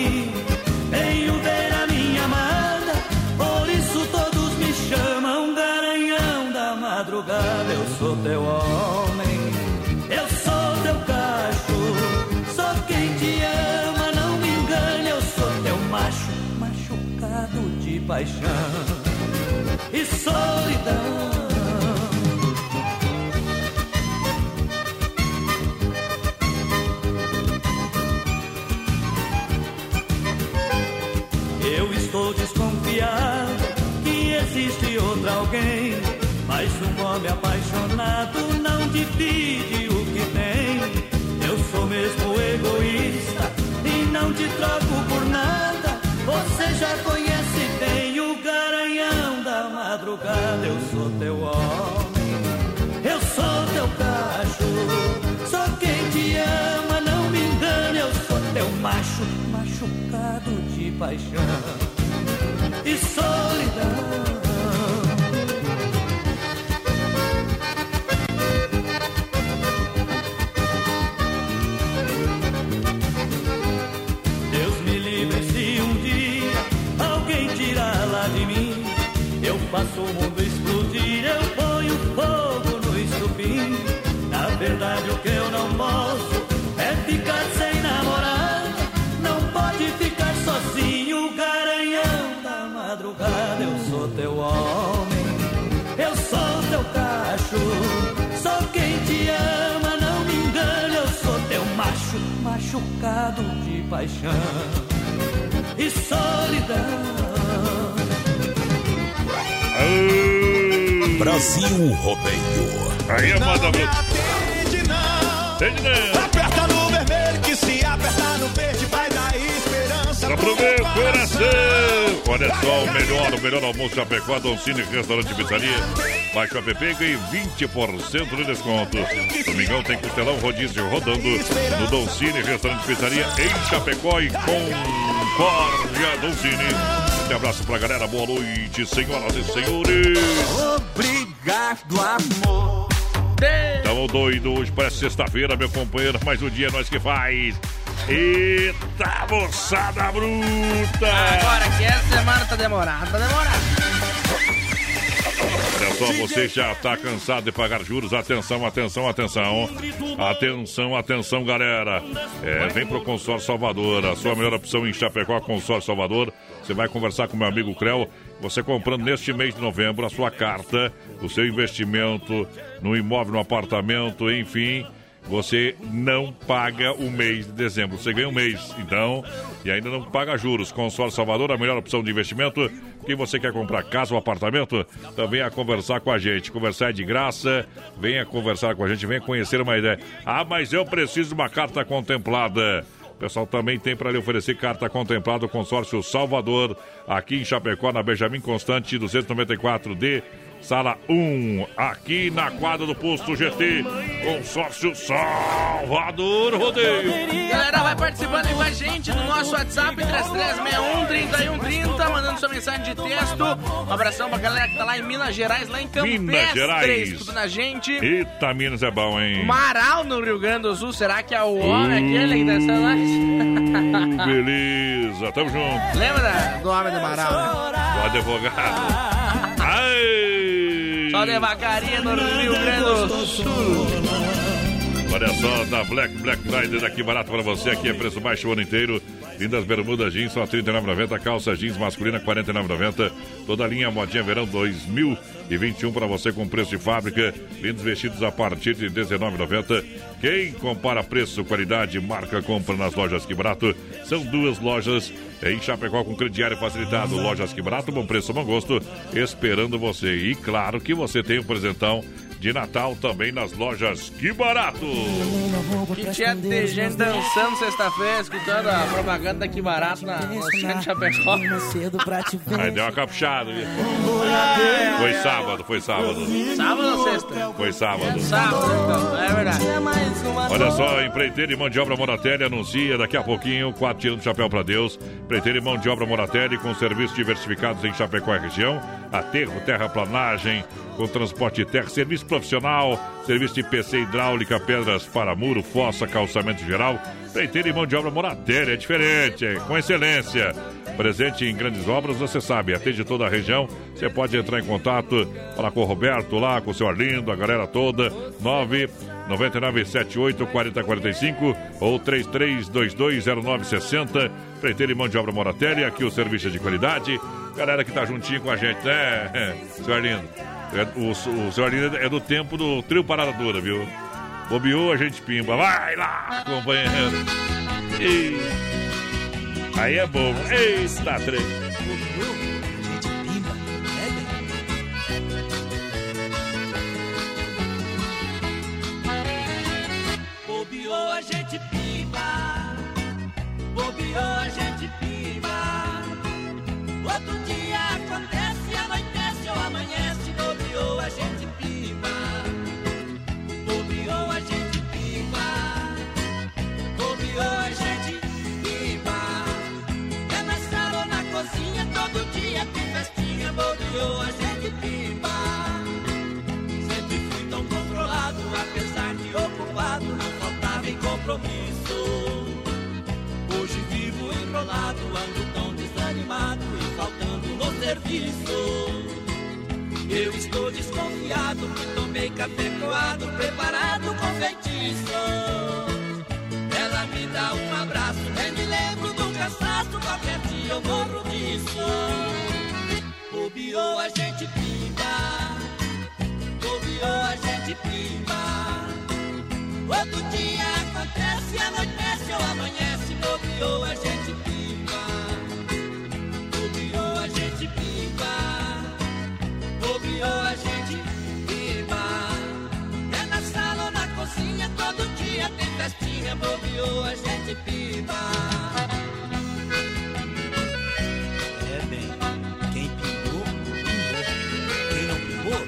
mim. Venho ver a minha amada, por isso todos me chamam Garanhão da madrugada. Eu sou teu homem, eu sou teu cacho, sou quem te ama, não me engane. Eu sou teu macho, machucado de paixão e solidão. Eu estou desconfiado que existe outro alguém, mas um homem apaixonado não divide o que tem. Eu sou mesmo egoísta e não te troco por nada. Você já conhece bem o Garanhão da madrugada. Eu sou teu homem, eu sou teu cacho, sou quem te ama, não me engane. Eu sou teu macho, machucado de paixão e solidão. Deus me livre se um dia alguém tirar lá de mim. Eu faço o mundo explodir, eu ponho fogo no estupim. Na verdade o que eu não posso é ficar sem namorada. Não pode ficar sozinho, Garanhão da madrugada. Eu sou teu homem, eu sou teu cacho, sou quem te ama, não me engane. Eu sou teu macho, machucado de paixão e solidão. Brasil Rodeio. Aí é moda bruta. Atende não. Aperta no vermelho que se apertar no verde vai dar esperança pro meu coração. Olha só, o melhor almoço de Chapecó, Don Cine Restaurante e Pizzaria. Baixe o app e ganhe 20% de desconto. Domingão tem costelão rodízio rodando no Don Cine Restaurante e Pizzaria em Chapecó e Concórdia. Don Cine. Um abraço pra galera, boa noite, senhoras e senhores. Obrigado, amor. Tamo doido, hoje parece sexta-feira, meu companheiro, mas o dia é nós que faz. Eita, moçada bruta! Agora que essa semana tá demorada, Olha só, você já tá cansado de pagar juros? Atenção, atenção, atenção. Atenção, atenção, galera. Vem pro Consórcio Salvador, a sua melhor opção em Chapecó, Consórcio Salvador. Você vai conversar com meu amigo Creu. Você comprando neste mês de novembro a sua carta, o seu investimento no imóvel, no apartamento, enfim, você não paga o mês de dezembro. Você ganha um mês, então, e ainda não paga juros. Consórcio Salvador, a melhor opção de investimento. Quem você quer comprar casa ou apartamento, então venha conversar com a gente. Conversar é de graça, venha conversar com a gente, venha conhecer uma ideia. Ah, mas eu preciso de uma carta contemplada. O pessoal também tem para lhe oferecer carta contemplada do Consórcio Salvador, aqui em Chapecó, na Benjamin Constante, 294D, sala 1, aqui na quadra do Posto GT, Consórcio Salvador Rodeio. Galera, vai participando aí com a gente no nosso WhatsApp, 3361-3130, mandando sua mensagem de texto. Um abração pra galera que tá lá em Minas Gerais, lá em Campestre, escutando a gente. Eita, Minas é bom, hein? Marau, no Rio Grande do Sul, será que é o homem aquele que tá sendo nós? Beleza, tamo junto. Lembra do homem de Marau, né? Do advogado. Ai! Só devagarinho no Rio Grande do Sul. Olha só, da Black Friday aqui barato pra você. Aqui é preço baixo o ano inteiro. Lindas bermudas jeans só R$ 39,90. Calça jeans masculina R$ 49,90. Toda a linha modinha verão 2021 para você com preço de fábrica. Lindos vestidos a partir de R$ 19,90. Quem compara preço, qualidade, marca, compra nas lojas Que Barato. São duas lojas em Chapecó com crediário facilitado. Lojas Que Barato, bom preço, bom gosto, esperando você. E claro que você tem um presentão de Natal também nas lojas Que Barato. Que tinha de gente dançando sexta-feira, escutando a propaganda da Que Barato no centro de Chapecó. Aí deu uma capuchada. Foi sábado. Sábado ou sexta? Foi sábado. Sábado, então, é verdade. Olha só, empreiteiro e mão de obra Moratelli anuncia daqui a pouquinho, 4 tirando o chapéu para Deus. Empreiteiro e mão de obra Moratelli com serviços diversificados em Chapecó e região. Aterro, terraplanagem, com transporte de terra, serviço profissional, serviço de PC hidráulica, pedras para muro, fossa, calçamento geral. Empreiteiro e mão de obra Moratelli, é diferente, é com excelência. Presente em grandes obras, você sabe, atende toda a região. Você pode entrar em contato, falar com o Roberto lá, com o seu Arlindo, a galera toda, 999784045 ou 33220960. Empreiteiro e mão de obra Moratelli, aqui o serviço é de qualidade. Galera que tá juntinho com a gente, né, seu Arlindo? O seu Arlindo é do tempo do trio Parada Dura, viu? Bobeou, a gente pimba. Vai lá, companheiro. E... aí é bom. Eita, trem. Bobeou, a gente pimba. Bobeou, a gente pimba. Outro dia acontece, anoitece ou amanhece. Bobeou, a gente pimba. Bobeou, a gente pimba. Bobeou, a gente pimba. É na sala ou na cozinha, todo dia tem festinha. Bobeou, a gente pimba. Sempre fui tão controlado, apesar de ocupado, não faltava em compromisso. Hoje vivo enrolado, ando tão desanimado e faltando no serviço. Eu estou desconfiado que tomei café coado, preparado com feitiço. Ela me dá um abraço, nem me lembro do cansaço, qualquer dia eu morro disso. Bobeou, a gente pimba. Bobeou, a gente pimba. Outro dia acontece, anoitece ou amanhece. Bobeou, a gente pimba. Bobeou, a gente pimba. Bobeou, a gente pimba. É na sala ou na cozinha, todo dia tem festinha. Bobeou, a gente pimba. É bem, quem pingou, pingou. Quem não pingou,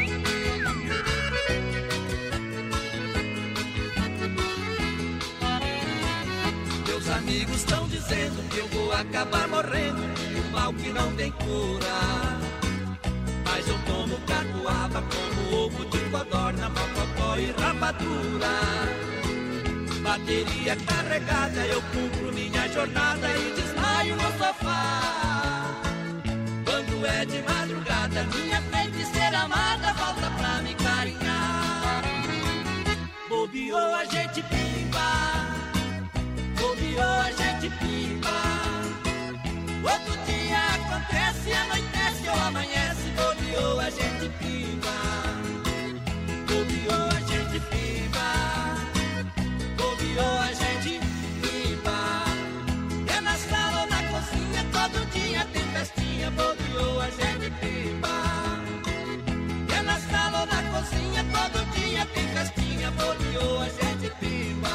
meus amigos estão dizendo que eu vou acabar morrendo de um mal que não tem cura. Mas eu tomo catuaba como ovo de codorna, mocotó e rapadura. Bateria carregada, eu cumpro minha jornada e desmaio no sofá. Quando é de madrugada, minha feiticeira amada volta pra me carinhar. Bobeou, a gente pimba. Bobeou, a gente pimba. Outro dia acontece, anoitece ou amanhece. Bobeou, a gente pimba. Bobeou, a gente pimba. Bobeou, a gente pimba. É na sala ou na cozinha, todo dia tem festinha. Bobeou, a gente pimba. É na sala ou na cozinha, todo dia tem festinha. Bobeou, a gente pimba.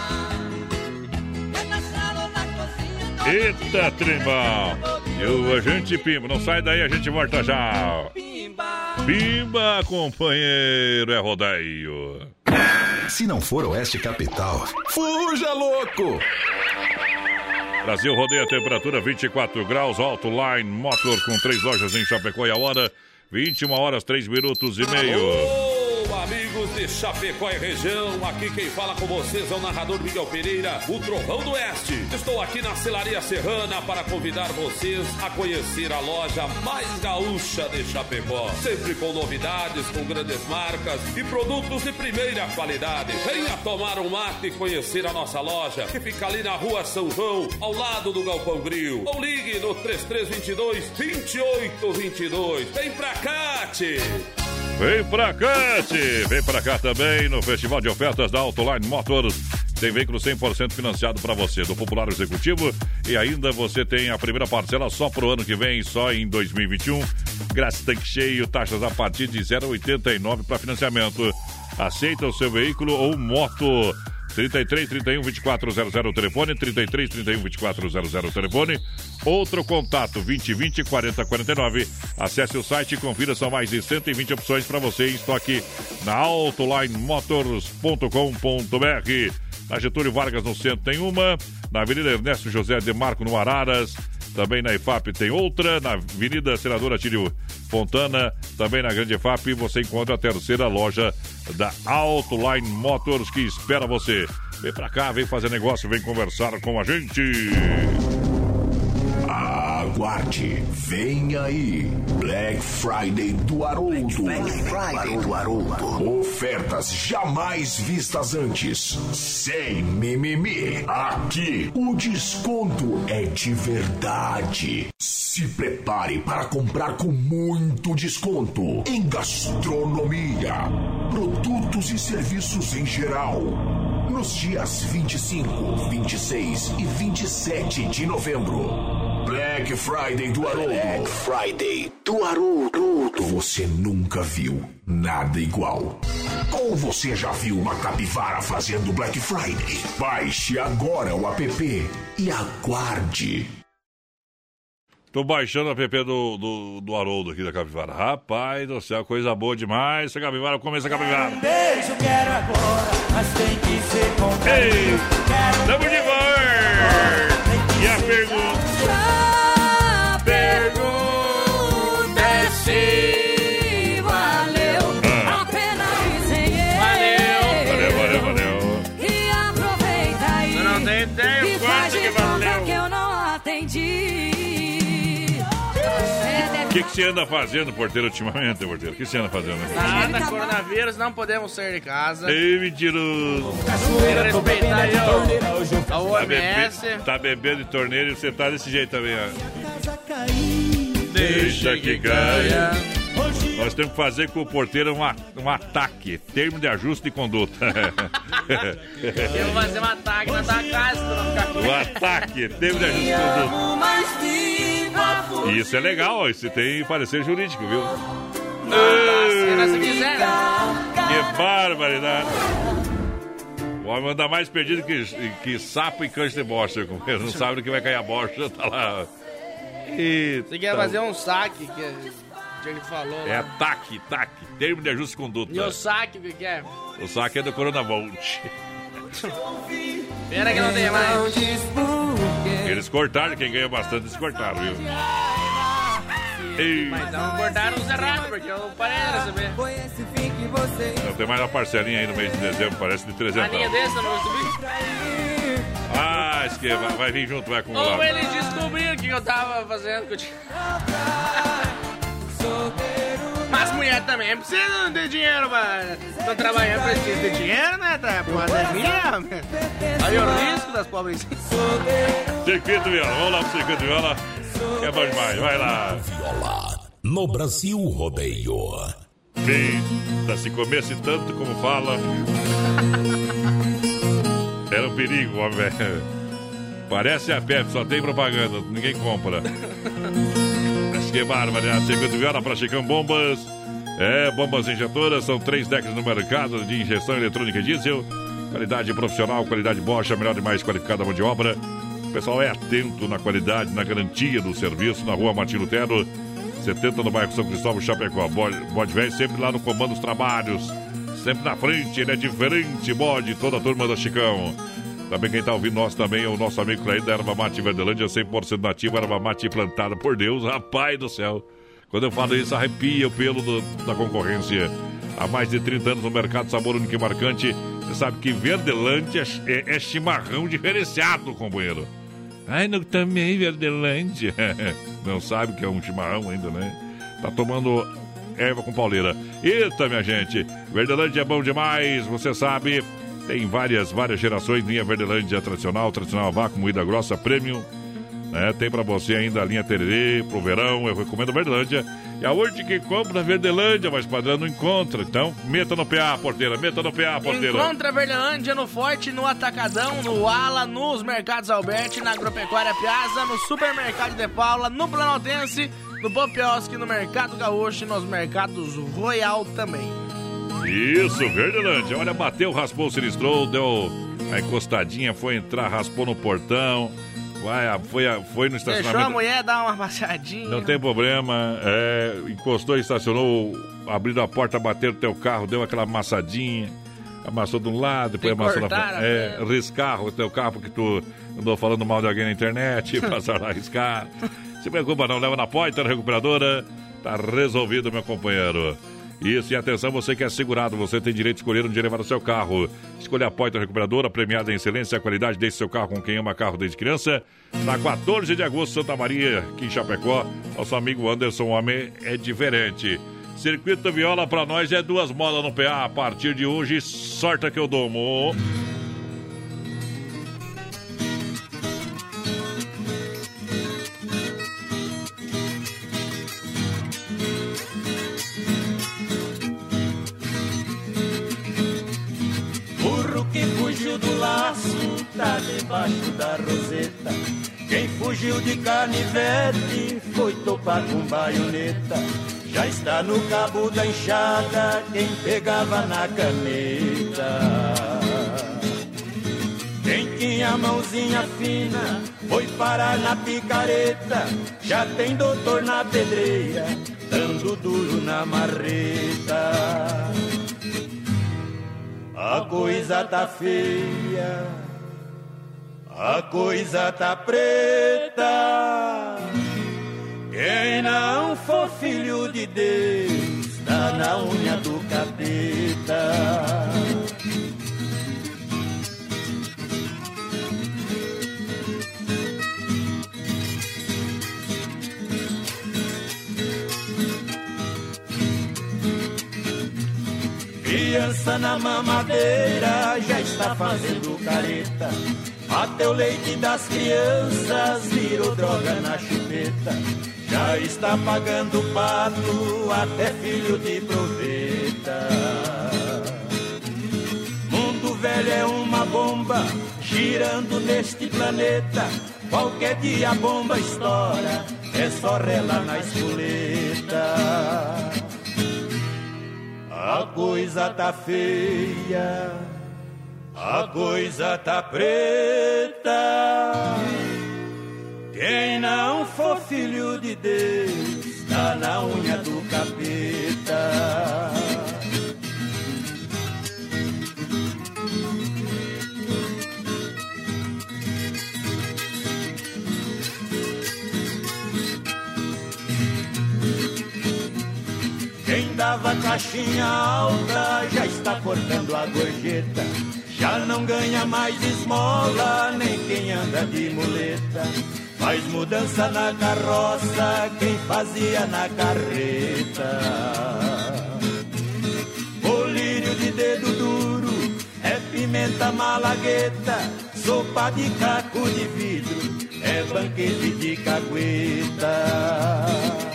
Eita, trembal! A gente pimba, não sai daí, a gente volta já. Pimba, companheiro, é rodeio. Se não for Oeste Capital, fuja, louco! Brasil rodeia, temperatura 24 graus, Auto Line Motor com 3 lojas em Chapecó e a hora 21 horas 3 minutos e meio. Amigos de Chapecó e região, aqui quem fala com vocês é o narrador Miguel Pereira, o Trovão do Oeste. Estou aqui na Celaria Serrana para convidar vocês a conhecer a loja mais gaúcha de Chapecó. Sempre com novidades, com grandes marcas e produtos de primeira qualidade. Venha tomar um mate e conhecer a nossa loja, que fica ali na Rua São João, ao lado do Galpão Grill. Ou ligue no 3322-2822. Vem pra cá, tchê! Vem pra cá, tchê! Vem pra cá também no Festival de Ofertas da Autoline Motors. Tem veículo 100% financiado para você, do Popular Executivo. E ainda você tem a primeira parcela só pro ano que vem, só em 2021. Grátis tanque cheio, taxas a partir de 0,89 para financiamento. Aceita o seu veículo ou moto 33 31 2400 o telefone, 33 31 2400 o telefone. Outro contato, 2020 40 49. Acesse o site e confira, são mais de 120 opções para você em estoque na autolinemotors.com.br. Na Getúlio Vargas, no centro, tem uma. Na Avenida Ernesto José de Marco, no Araras. Também na IFAP tem outra. Na Avenida Senador Atílio Fontana, também na Grande IFAP, você encontra a terceira loja da Autoline Motors que espera você. Vem pra cá, vem fazer negócio, vem conversar com a gente. Aguarde, vem aí, Black Friday do Haroldo. Black Friday do Haroldo. Ofertas jamais vistas antes, sem mimimi. Aqui o desconto é de verdade. Se prepare para comprar com muito desconto em gastronomia, produtos e serviços em geral. Nos dias 25, 26 e 27 de novembro. Black Friday do Haroldo. Black Friday do Haroldo. Você nunca viu nada igual. Ou você já viu uma capivara fazendo Black Friday? Baixe agora o app e aguarde. Tô baixando o app do Haroldo aqui da capivara. Rapaz do céu, coisa boa demais. Essa capivara, começa a capivara. Beijo quero agora, mas tem que ser com Ei, tamo de volta. E a pergunta? É se valeu a pena dizer. Valeu. E aproveita aí. Eu não tenho ideia E quanto faz que de conta valeu. que eu não atendi. O que você anda fazendo, porteiro, ultimamente, porteiro? O que você anda fazendo? Nada, coronavírus, não podemos sair de casa. Ei, mentiroso. Respeitar aí a OMS. Tá bebendo de torneira e você tá desse jeito também, ó. Deixa que caia. Nós temos que fazer com o porteiro um ataque, termo de ajuste de conduta. Eu vou fazer um ataque na tua casa, tu não ficar O ataque, termo de ajuste de conduta. E isso é legal, ó, isso tem parecer jurídico, viu? Se quiser, né? Que barbaridade. O homem anda mais perdido que sapo e cães de bocha. Não sabe do que vai cair a bocha, tá lá. Eita. Você quer fazer um saque, que ele falou. É Lá. taque, termo de ajuste de conduta. E o saque, o que é? O saque é do Coronavolt. Pena que não tem mais. Eles cortaram, quem ganha bastante, eles cortaram, viu? Ei. Mas não cortaram os errados, porque eu parei de receber. Não, tem mais uma parcelinha aí no mês de dezembro, parece de 300. A linha desse eu não recebi. Ah, isso que vai vir junto, vai acumular. Ou eles descobriram o que eu tava fazendo. Que eu tinha... Mas mulher também precisa de dinheiro, mano. Tô trabalhando, precisa de dinheiro, né? Tá pandemia. Aí o risco das pobres. Circuito Viola, vamos lá pro Circuito Viola. Que é bom demais, vai lá. Viola, no Brasil Rodeio. Eita, se comesse tanto como fala. Era um perigo, homem, velho. Parece a Pepsi, só tem propaganda, ninguém compra. Acho que é bárbaro, né? Circuito Viola para Chicão Bombas. Bombas injetoras, são 3 décadas no mercado de injeção eletrônica e diesel. Qualidade profissional, qualidade Bosch, a melhor e mais qualificada mão de obra. O pessoal é atento na qualidade, na garantia do serviço, na rua Martim Lutero, 70 no bairro São Cristóvão, Chapecó. Bode velho sempre lá no comando dos trabalhos, sempre na frente, ele é diferente, bode, toda a turma da Chicão. Também quem tá ouvindo nós também é o nosso amigo Clay da Erva Mate Verdelândia, 100% nativa, erva mate plantada por Deus, rapaz do céu. Quando eu falo isso, arrepia o pelo da concorrência. Há mais de 30 anos no mercado, sabor único e marcante. Você sabe que Verdelândia é chimarrão diferenciado, companheiro. Ai, não também Verdelândia. Não sabe que é um chimarrão ainda, né? Tá tomando erva com pauleira. Eita, minha gente, Verdelândia é bom demais, você sabe. Tem várias gerações, linha Verdelândia tradicional a vácuo, moída grossa, premium. Tem pra você ainda a linha Tererê, pro verão, eu recomendo a Verdelândia. E aonde que compra a Verdelândia, mas padrão não encontra. Então, meta no PA, porteira, meta no PA, porteira. Encontra a Verdelândia no Forte, no Atacadão, no Ala, nos Mercados Alberti, na Agropecuária Piazza, no Supermercado de Paula, no Planaltense, no Bopiosque, no Mercado Gaúcho e nos Mercados Royal também. Isso, Verdelândia. Olha, bateu, raspou, sinistrou, deu A encostadinha, foi entrar, raspou no portão. Foi no estacionamento. Deixou a mulher dar uma passeadinha. Não tem problema. Encostou, estacionou, abriu a porta, bateu no teu carro, deu aquela amassadinha. Amassou de um lado, depois amassou na frente. Riscar o teu carro, porque tu andou falando mal de alguém na internet, passaram a riscar. Se preocupa não, leva na Pointer Recuperadora. Tá resolvido, meu companheiro. Isso, e atenção, você que é segurado, você tem direito de escolher onde levar o seu carro. Escolha a Pointer Recuperadora, premiada em excelência e qualidade. Deixe seu carro com quem ama carro desde criança. Na 14 de agosto, Santa Maria, aqui em Chapecó. Nosso amigo Anderson, o homem é diferente. Circuito Viola pra nós é 2 modas no PA. A partir de hoje, sorte que eu domo. Burro que fugiu do laço, tá debaixo da roseta. Quem fugiu de canivete foi topar com baioneta. Já está no cabo da enxada quem pegava na caneta. Quem tinha mãozinha fina foi parar na picareta. Já tem doutor na pedreira, dando duro na marreta. A coisa tá feia, a coisa tá preta. Quem não for filho de Deus, tá na unha do capeta. Criança na mamadeira já está fazendo careta. Até o leite das crianças virou droga na chupeta. Já está pagando pato, até filho de proveta. Mundo velho é uma bomba, girando neste planeta. Qualquer dia a bomba estoura, é só relar na espoleta. A coisa tá feia, a coisa tá preta. Quem não for filho de Deus, tá na unha do capeta. Quem dava caixinha alta já está cortando a gorjeta. Já não ganha mais esmola, nem quem anda de muleta. Faz mudança na carroça, quem fazia na carreta. Colírio de dedo duro, é pimenta malagueta. Sopa de caco de vidro, é banquete de cagueta.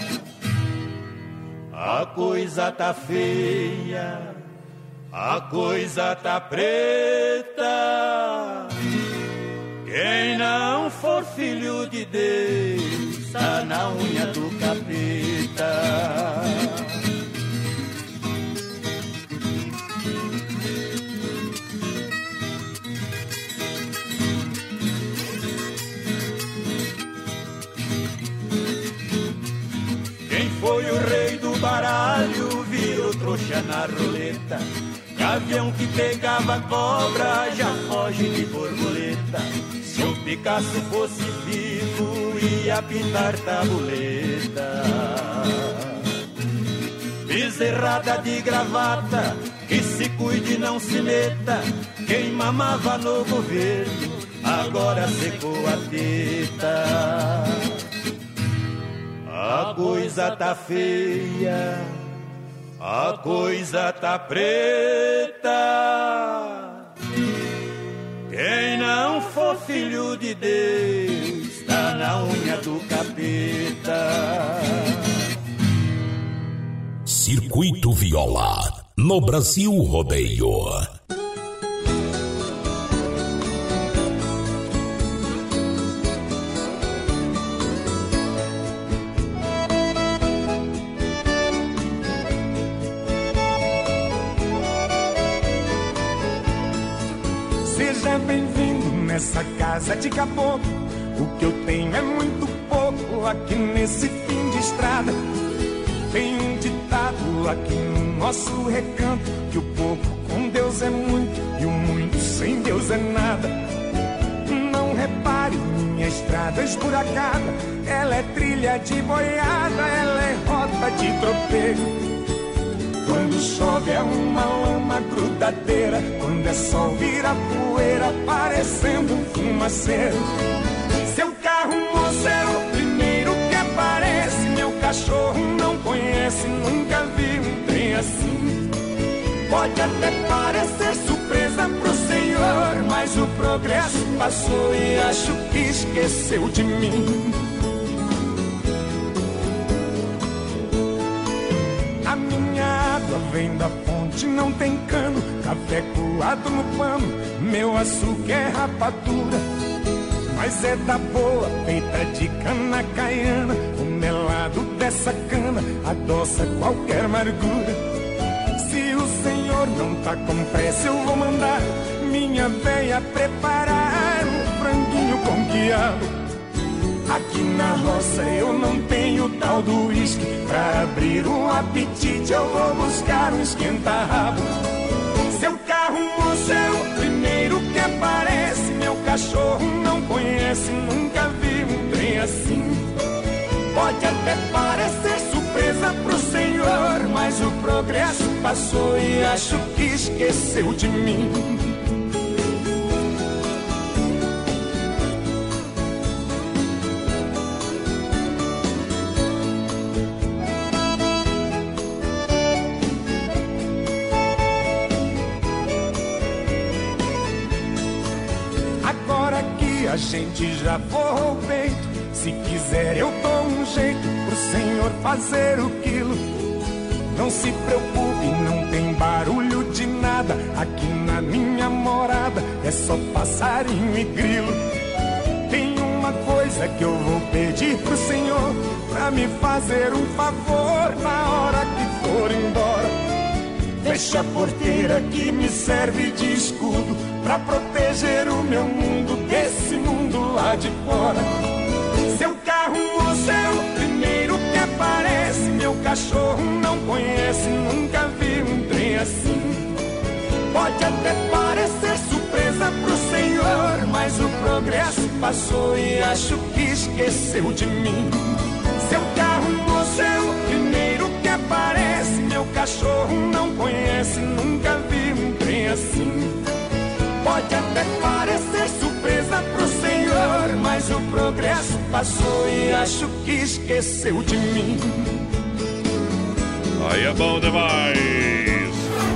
A coisa tá feia, a coisa tá preta. Quem não for filho de Deus, tá na unha do capeta. Quem foi o rei do baralho virou trouxa na roleta. Gavião que pegava cobra já foge de borboleta. Se o Picasso fosse vivo ia pintar tabuleta. Bezerrada de gravata, que se cuide não se meta. Quem mamava no governo agora secou a teta. A coisa tá feia, a coisa tá preta. Quem não for filho de Deus, tá na unha do capeta. Circuito Viola, no Brasil Rodeio. Seja bem-vindo nessa casa de caboclo. O que eu tenho é muito pouco aqui nesse fim de estrada. Tem um ditado aqui no nosso recanto, que o pouco com Deus é muito e o muito sem Deus é nada. Não repare, minha estrada esburacada, ela é trilha de boiada, ela é rota de tropeiro. Quando chove é uma lama grudadeira, quando é sol vira poeira, parecendo um fumaceiro. Seu carro, moço, é o primeiro que aparece. Meu cachorro não conhece, nunca vi um trem assim. Pode até parecer surpresa pro senhor, mas o progresso passou e acho que esqueceu de mim. A minha água vem da fonte, não tem cano, café coado no pano, meu açúcar é rapadura, mas é da boa, feita de cana caiana. O melado dessa cana adoça qualquer amargura. Se o senhor não tá com pressa, eu vou mandar minha véia preparar um franguinho com quiabo. Aqui na roça eu não tenho tal do uísque, pra abrir um apetite eu vou buscar um esquenta-rabo. Seu carro, moço, é o primeiro que aparece. Meu cachorro não conhece, nunca vi um trem assim. Pode até parecer surpresa pro senhor, mas o progresso passou e acho que esqueceu de mim. A gente já forrou o peito, se quiser eu dou um jeito pro senhor fazer o quilo. Não se preocupe, não tem barulho de nada, aqui na minha morada é só passarinho e grilo. Tem uma coisa que eu vou pedir pro senhor, pra me fazer um favor na hora que for embora. Fecha a porteira que me serve de escudo, pra proteger o meu mundo desse mundo lá de fora. Seu carro, moço, é o primeiro que aparece. Meu cachorro não conhece, nunca vi um trem assim. Pode até parecer surpresa pro senhor, mas o progresso passou e acho que esqueceu de mim. Seu carro, moço, é o primeiro que aparece. Meu cachorro não conhece, nunca vi um trem assim. Pode até parecer surpresa pro senhor, mas o progresso passou e acho que esqueceu de mim. Aí é bom demais.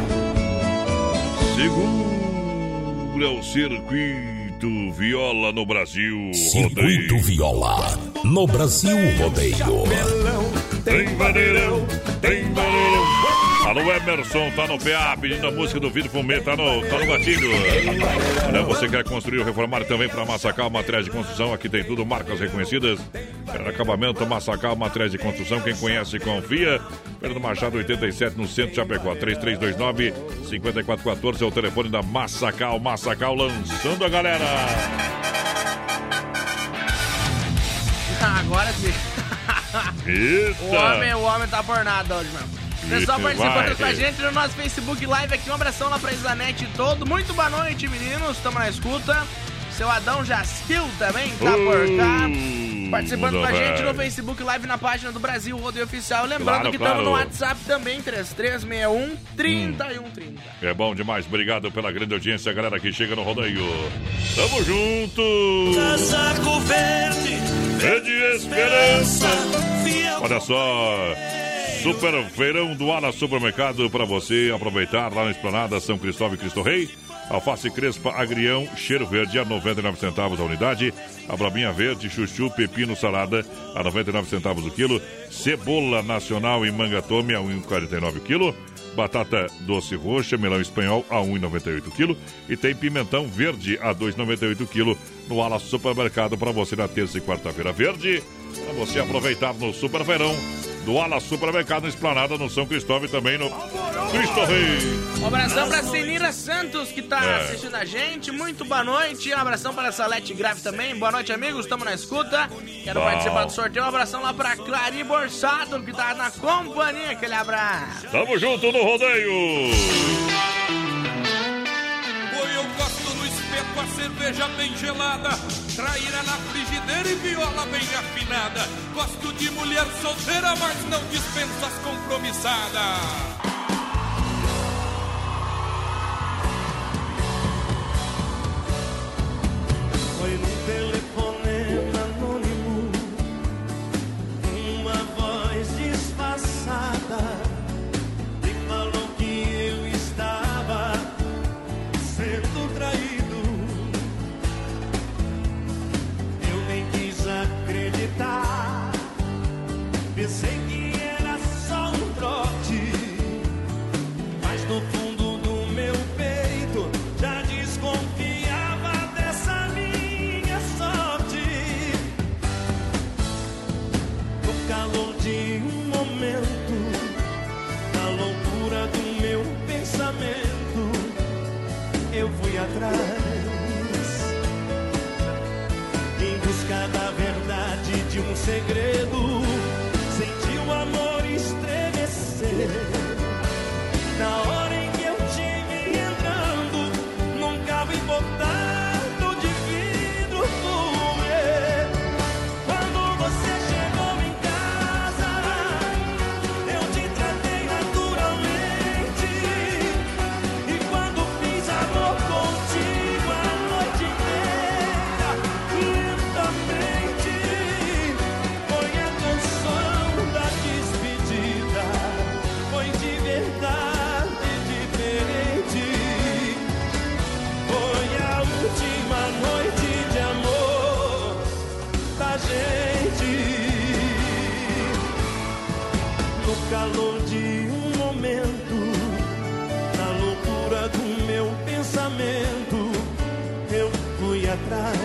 Segura o Circuito Viola no Brasil. Circuito Viola no Brasil Rodeio. Tem maneirão, tem maneirão. Alô, Emerson, tá no PA, pedindo a música do Vitor Fumê, tá no gatilho. Você quer construir ou reformar também para Massacal Materiais de Construção? Aqui tem tudo, marcas reconhecidas. Acabamento, Massacal Materiais de Construção, quem conhece, confia. Fernando Machado, 87, no centro de Chapecó. 3329-5414 é o telefone da Massacal. Massacal lançando a galera. Agora sim. Eita. O homem tá por nada hoje, meu. Pessoal participando com a gente no nosso Facebook Live aqui. Um abração lá pra Isanete todo. Muito boa noite, meninos. Estamos na escuta. Seu Adão Jacil também tá por cá. Participando com a gente no Facebook Live na página do Brasil Rodeio Oficial. Lembrando que estamos no WhatsApp também, 3361-3130. É bom demais. Obrigado pela grande audiência, galera que chega no rodeio. Tamo junto. Casaco verde, verde esperança. Olha só. Super feirão do Ala Supermercado para você aproveitar lá na Esplanada São Cristóvão e Cristo Rei. Alface crespa, agrião, cheiro verde a 99 centavos a unidade. Abobrinha verde, chuchu, pepino, salada a 99 centavos o quilo. Cebola nacional e manga tome a 1,49 o quilo. Batata doce roxa, melão espanhol a 1,98 o quilo. E tem pimentão verde a 2,98 o quilo no Ala Supermercado para você na terça e quarta-feira verde. Para você aproveitar no Super Verão do Ala Supermercado Esplanada, no São Cristóvão e também no Cristo Rei. Um abração pra Senira Santos, que tá assistindo a gente. Muito boa noite. Um abração para a Salete Grave também. Boa noite, amigos. Estamos na escuta. Quero participar do sorteio. Um abração lá pra Clari Borsado, que tá na companhia. Aquele abraço. Tamo junto no rodeio. Eu gosto no espeto, a cerveja bem gelada, traíra na frigideira e viola bem afinada. Gosto de mulher solteira, mas não dispensa as compromissadas. Foi no telefonema anônimo, uma voz disfarçada me falou que eu estava sendo traído. Eu nem quis acreditar, pensei que era só um trote, mas no fundo do meu peito já desconfiava dessa minha sorte. No calor de um momento, na loucura do meu pensamento, eu fui atrás, em busca da verdade de um segredo. Senti o amor estremecer na hora em que eu te vi entrando num carro importado de vidro fumê. Quando você chegou em casa, eu te tratei naturalmente, e quando fiz amor contigo a noite inteira, lentamente, foi a canção da despedida. Foi de verdade diferente. Foi a última noite de amor da gente. No calor de um momento, na loucura do meu pensamento, eu fui atrás,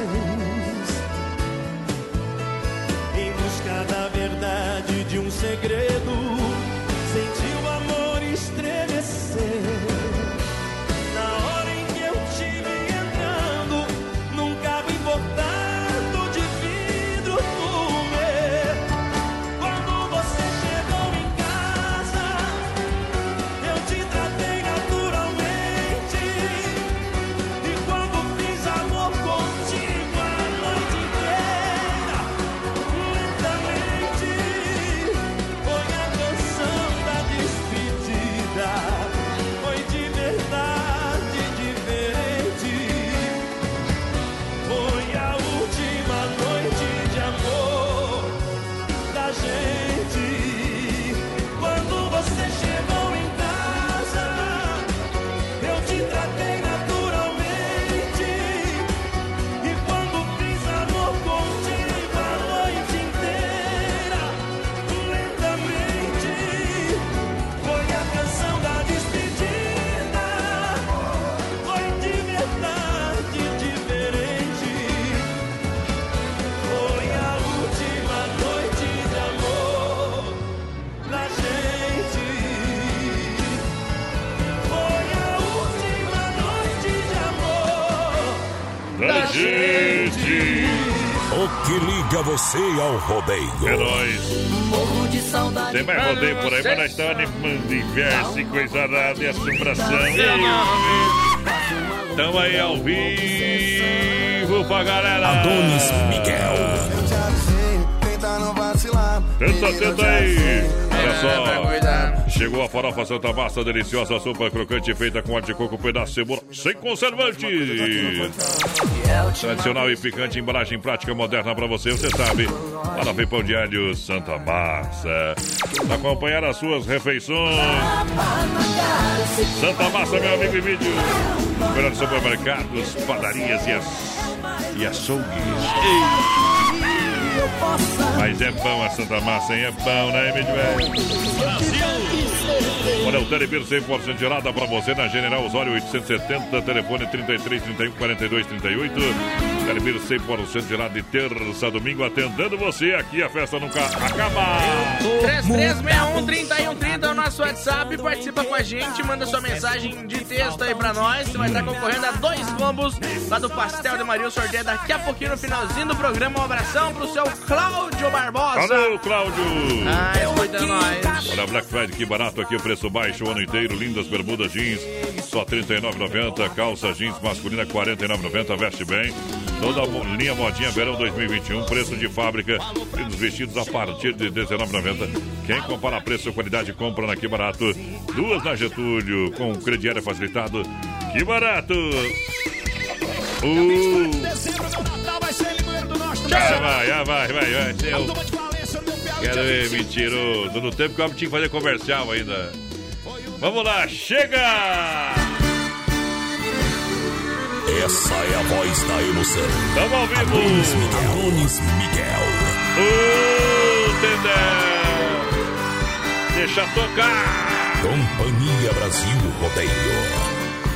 em busca da verdade de um segredo. Senti o amor estremecer na hora em que eu te vi entrando num carro importado de vidro fumê. Quando você chegou em casa, eu te tratei naturalmente, e quando fiz amor contigo a noite inteira, lentamente, foi a canção da despedida. Foi de verdade diferente. Foi a última noite de amor da gente. Quando você chegou em casa, eu te tratei naturalmente, e quando fiz amor contigo a noite inteira, lentamente, foi a canção da despedida. Foi de verdade diferente. Foi a última noite de amor da gente. Foi a última noite de amor Da gente. O que liga você ao rodeio? É nóis. Tem mais rodeio por aí, mas nós estamos animando inverso e coisa nada e assombração. Estamos aí ao vivo pra galera. Adonis Miguel. Tenta aí. Olha só. Chegou a farofa Santa Massa, deliciosa sopa crocante feita com óleo de coco, pedaço de cebola, sem conservante. Tradicional e picante, embalagem prática moderna pra você, você sabe. Lá na Feipão de Alho Santa Massa. Pra acompanhar as suas refeições. Santa Massa, meu amigo e vídeo. Melhor supermercados, padarias e açougues. Mas é bom a Santa Massa, hein? É bom, né, vídeo velho? Olha, o Telebir 100% gelada pra você na General Osório 870, telefone 33 31 42 38. Telebir 100% de lá de terça a domingo, atendendo você aqui, a festa nunca acaba. 3361-3130 é o nosso WhatsApp, participa com a gente, manda sua mensagem de texto aí pra nós, você vai estar concorrendo a 2 combos lá do Pastel de Maria, o sorteio daqui a pouquinho no finalzinho do programa. Um abração pro seu Cláudio Barbosa. Alô, Cláudio! Escuta nós. Olha, Black Friday, que barato aqui, o preço baixo o ano inteiro, lindas bermudas jeans, só R$ 39,90, calça jeans masculina R$ 49,90, veste bem. Toda a linha modinha verão 2021, preço de fábrica e dos vestidos a partir de R$ 19,90. Quem compara preço e qualidade, compra na Que Barato. 2 na Getúlio, com crediário facilitado. Que barato! Vai. Quero ver, mentiroso. No tempo que o homem tinha que fazer comercial ainda. Vamos lá, chega! Essa é a voz da emoção. Tamo ao vivo. Adonis Miguel. Tendel. Deixa tocar. Companhia Brasil Rodeio.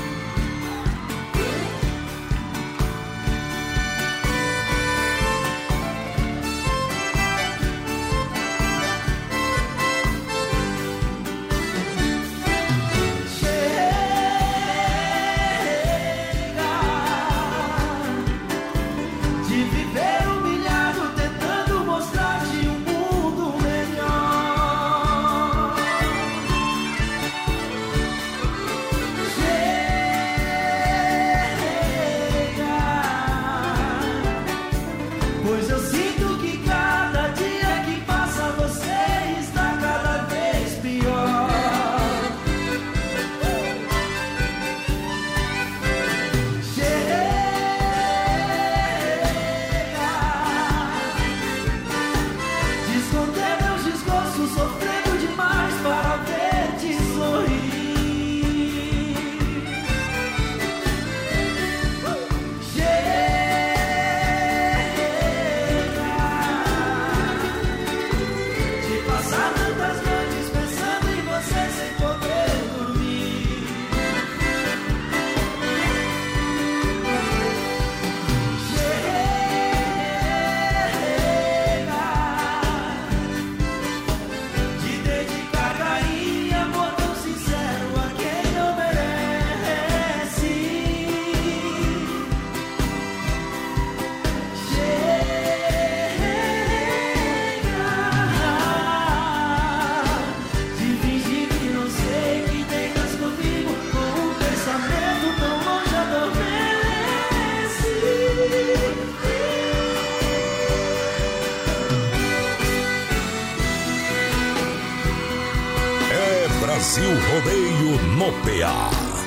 Brasil Rodeio no PA.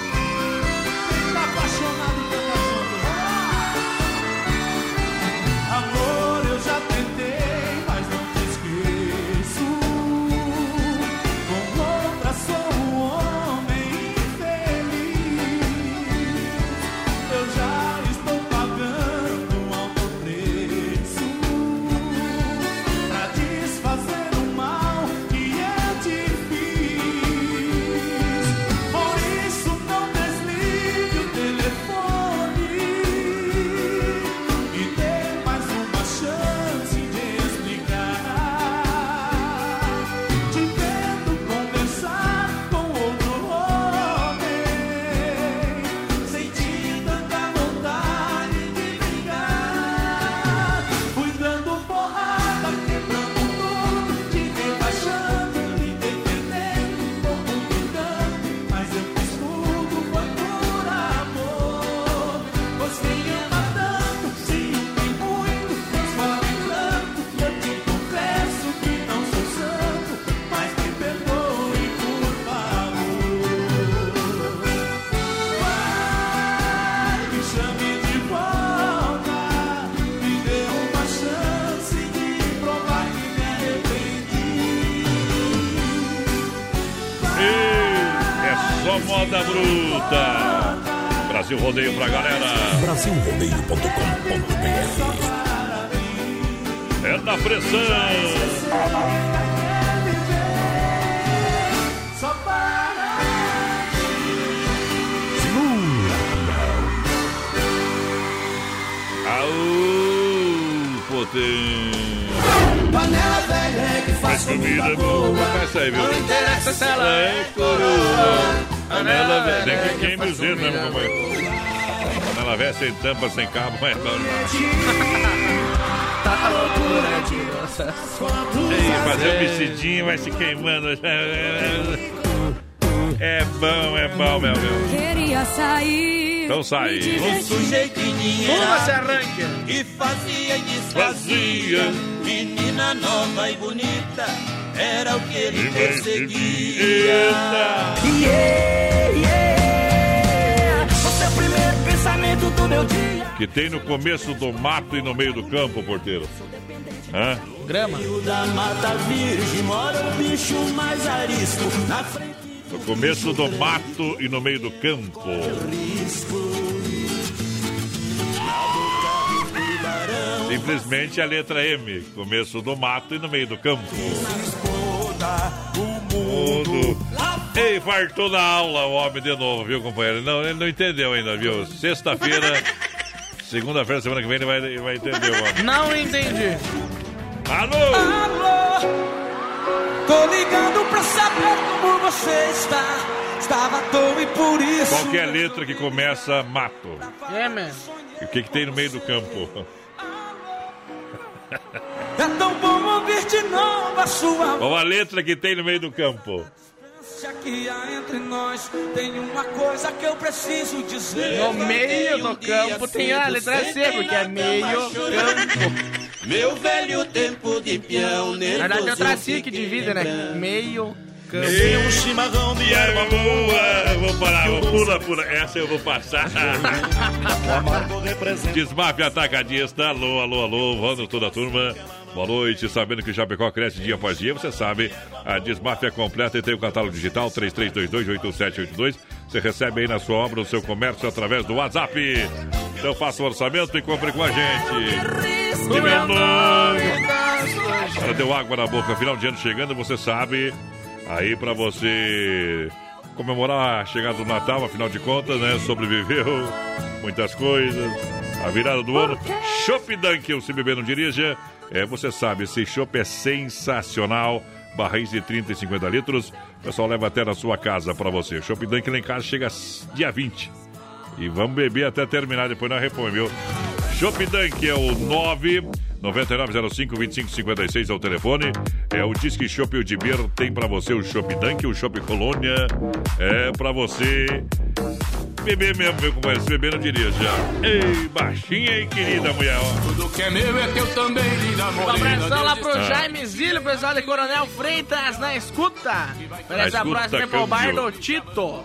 Amor, eu já tentei, mas não te esqueço. Com outra sou um homem infeliz. Eu já estou pagando um alto preço pra desfazer o mal que eu te fiz. Por isso não desligue o telefone e dê mais uma chance de explicar. Te vendo conversar com outro homem, senti tanta vontade de brigar. Fui dando porrada, quebrando tudo, te rebaixando, me defendendo, pouco cuidando, mas eu fiz tudo foi por amor. Você ama tanto, se tem muito, Deus fala em tanto. Eu te confesso que não sou santo, mas me perdoe por favor. Vai, me chame de volta, me dê uma chance de provar que me arrependi. É só moda bruta. Brasil Rodeio pra galera. Brasilrodeio.com.br. É na pressão. Só para Aô, Panela velha que faz comida boa. Vai sair, viu? Não interessa se ela é coroa. Panela velha. Tem que quem me dizer, né, meu companheiro? Panela velha sem tampa, sem cabo, mas é bom demais. Tá loucura de nossa. Ei, fazer um vestidinho, vai se queimando. É bom, meu. Queria sair. Então sai. Um sujeitinho Uma se arranca. e fazia e desfazia. Menina nova e bonita, era o que ele perseguia. Você é o primeiro pensamento do meu dia. Que tem no começo do mato e no meio do campo, porteiro. Hã? Grama. Da mata virgem mora o bicho mais arisco. Na frente No começo do mato e no meio do campo. Simplesmente a letra M. Começo do mato e no meio do campo. Mundo. Ei, fartou na aula o homem de novo, viu, companheiro? Não, ele não entendeu ainda, viu? Sexta-feira, segunda-feira, semana que vem, ele vai entender o homem. Não entendi. Alô? Alô, tô ligando pra saber como você está. Estava à toa e por isso. Qual que é a letra que começa mato? É, man. E o que tem no meio do campo? É tão bom ouvir de novo a sua Qual a letra que tem no meio do campo? voz. Que há entre nós tem uma coisa que eu preciso dizer. No meio do campo tem a letra C, porque é meio campo. Meu velho tempo de peão. Na verdade é outra C que divide, né? Meio campo. Tem um chimarrão de erva boa. Vou parar, pula. Essa eu vou passar. Desmaf Atacadista. Alô. Vando toda a turma. Boa noite, sabendo que Chapecó cresce dia após dia, você sabe, a Desmaf é completa e tem o catálogo digital 3322-8782. Você recebe aí na sua obra, no seu comércio, através do WhatsApp. Então faça o orçamento e compre com a gente. De meu nome. Ela deu água na boca, final de ano chegando, você sabe, aí pra você comemorar a chegada do Natal, afinal de contas, né, sobreviveu muitas coisas, a virada do ano. Chopp Dunkel, se beber não dirija. Você sabe, esse chopp é sensacional. Barris de 30 e 50 litros. O pessoal leva até na sua casa pra você. Chopp Dunkel lá em casa chega dia 20. E vamos beber até terminar, depois nós repõe, viu? Chopp Dunkel é o 99905-2556 é o telefone. É o Disque Chopp e o de Beer tem pra você o Chopp Dunkel, o Chopp Colônia. É pra você beber mesmo, meu companheiro. Se beber não diria já. Ei, baixinha e querida mulher, ó. Tudo que é meu é teu também, linda Um morena. abração lá pro Jaime Zílio, pessoal de Coronel Freitas na escuta. Parece a próxima é pro bar do Tito.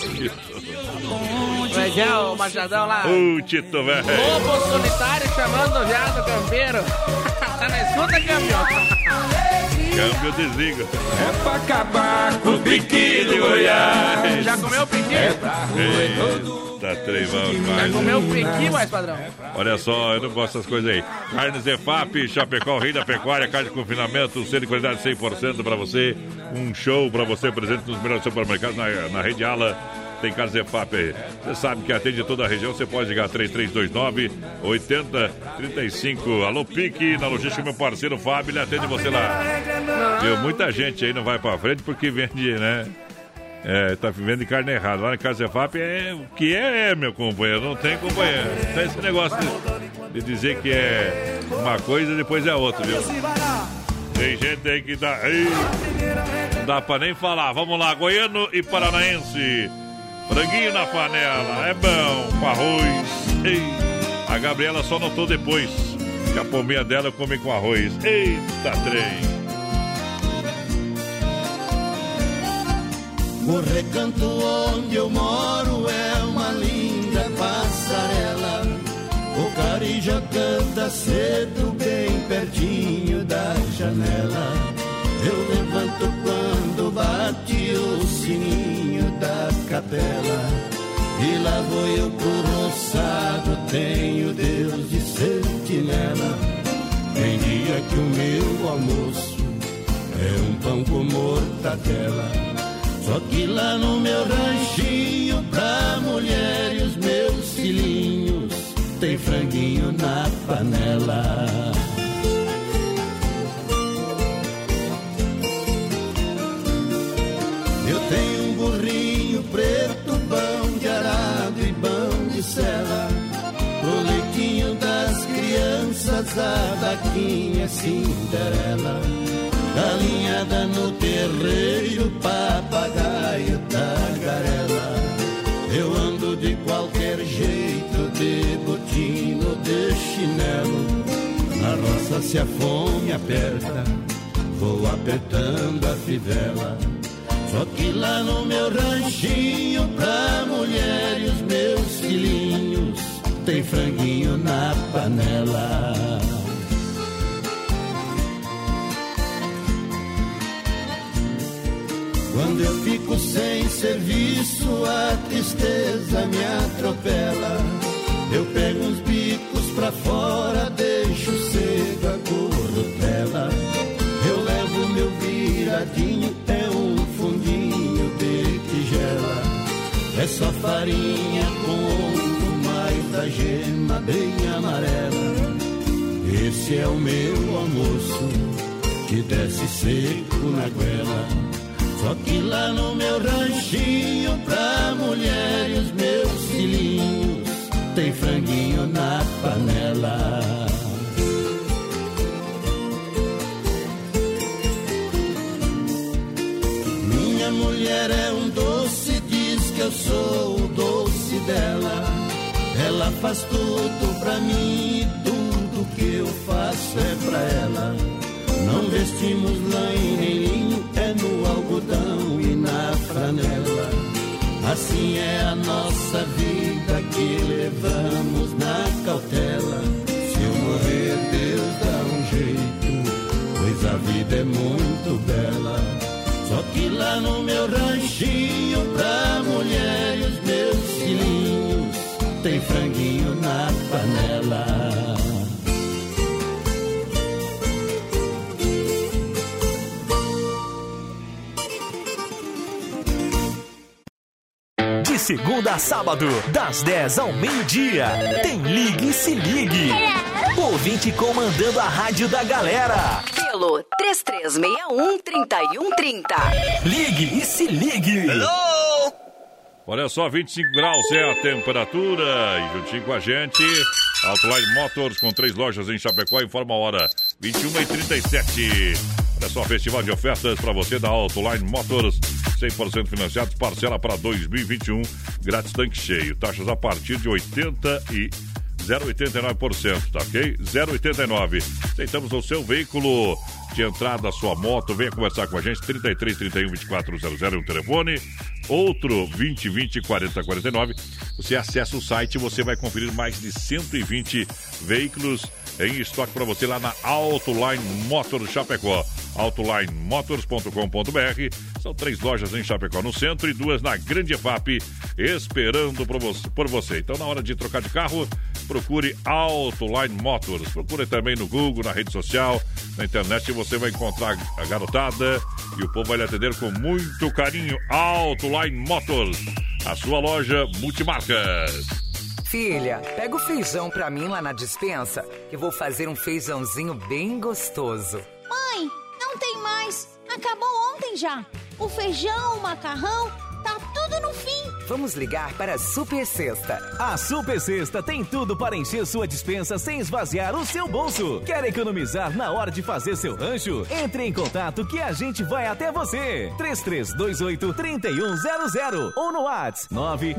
Legal, o Machadão lá. Tito, velho. Lobo solitário chamando o viado campeiro. Tá na escuta, campeão? Câmbio, desliga. É pra acabar com o piqui de Goiás. Já comeu o piqui? Tá trevão Já demais. comeu o piqui, mais padrão? Olha só, eu não gosto dessas coisas aí. Carnes EFAP, Chapecó, Rei da Pecuária, carne de confinamento, selo de qualidade 100% pra você. Um show pra você, presente nos melhores supermercados na Rede Ala. Tem carnes EFAP aí. Você sabe que atende toda a região. Você pode ligar 3329-8035. Alô, Pique, na logística, meu parceiro Fábio, ele atende você lá. Viu? Muita gente aí não vai pra frente porque vende, né? Tá vivendo de carne errada. Lá na Casa EFAP o que é, meu companheiro. Não tem companheiro. Não tem esse negócio de dizer que é uma coisa e depois é outra, viu? Tem gente aí que dá. Não dá pra nem falar. Vamos lá, Goiano e Paranaense. Franguinho na panela. É bom, com arroz. Ei. A Gabriela só notou depois que a pombinha dela come com arroz. Eita, trem. O recanto onde eu moro é uma linda passarela. O carija canta cedo bem pertinho da janela. Eu levanto quando bate o sininho da capela. E lá vou eu pro roçado, tenho Deus de sentinela. Tem dia que o meu almoço é um pão com mortadela. Só que lá no meu ranchinho, pra mulher e os meus filhinhos, tem franguinho na panela. maticela, pro leitinho das crianças, a vaquinha é Cinderela. Galinhada no terreiro, papagaio, tagarela. Eu ando de qualquer jeito, de botina ou de chinelo. Na roça se a fome aperta, vou apertando a fivela. Só que lá no meu ranchinho, pra mulher e os meus filhinhos, tem franguinho na panela. Quando eu fico sem serviço, a tristeza me atropela. Eu pego uns bicos pra fora, deixo cedo a corrupela. Eu levo meu viradinho, é um fundinho de tigela. É só farinha com ovo, mais a gema bem amarela. Esse é o meu almoço, que desce seco na goela. Só que lá no meu ranchinho, pra mulher e os meus filhinhos, tem franguinho na panela. Minha mulher é um doce, diz que eu sou o doce dela. Ela faz tudo pra mim e tudo que eu faço é pra ela. Não vestimos lã e nem linho, é no algodão e na franela. Assim é a nossa vida que levamos na cautela. Se eu morrer, Deus dá um jeito, pois a vida é muito bela. Só que lá no meu ranchinho, pra mulher e os meus filhinhos, tem franguinho na panela. De segunda a sábado, das 10 ao meio-dia, tem Ligue e Se Ligue. Ouvinte comandando a rádio da galera. Pelo 3361-3130. Ligue e Se Ligue. Hello! Olha só, 25 graus é a temperatura. E juntinho com a gente, Autoline Motors, com 3 lojas em Chapecó, informa a hora, 21h37. Olha só, festival de ofertas para você da Autoline Motors, 100% financiados, parcela para 2021, grátis tanque cheio, taxas a partir de 0,89%, tá ok? 0,89%. Aceitamos o seu veículo de entrada, a sua moto, venha conversar com a gente, 33 31 2400 é um telefone, outro 20 20 40 49. Você acessa o site e você vai conferir mais de 120 veículos em estoque para você lá na Autoline Motors Chapecó. AutolineMotors.com.br. São 3 lojas em Chapecó no centro e 2 na Grande EFAP, esperando por você. Então, na hora de trocar de carro, procure Autoline Motors. Procure também no Google, na rede social, na internet, e você vai encontrar a garotada e o povo vai lhe atender com muito carinho. Autoline Motors, a sua loja multimarcas. Filha, pega o feijão pra mim lá na despensa, que vou fazer um feijãozinho bem gostoso. Mãe, não tem mais. Acabou ontem já. O feijão, o macarrão, tá tudo no fim. Vamos ligar para a Super Sexta. A Super Sexta tem tudo para encher sua despensa sem esvaziar o seu bolso. Quer economizar na hora de fazer seu rancho? Entre em contato que a gente vai até você. 3328-3100 ou no WhatsApp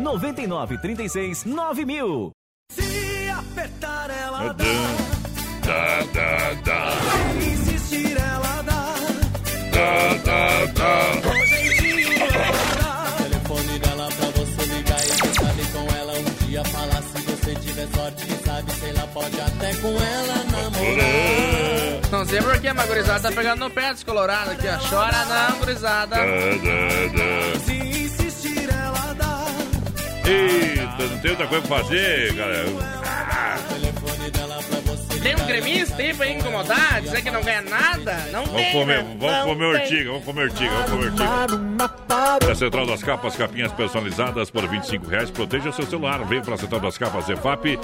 999369000. Se apertar ela dá. Se insistir ela dá. O jeitinho ela dá. O telefone dela pra você ligar e quem sabe com ela um dia falar. Se você tiver sorte, quem sabe, sei lá, pode até com ela namorar. Não sei porquê, mas a gurizada tá pegando no pé descolorado aqui, ó. Chora não, gurizada. Se insistir ela dá. Eita, não tem outra coisa pra fazer, galera. O telefone dela pra você. Tem um gremista aí pra incomodar, dizer que não ganha nada? Não tem. Vamos comer ortiga. Da Central das Capas, capinhas personalizadas por R$25. Proteja seu celular. Vem pra Central das Capas EFAP.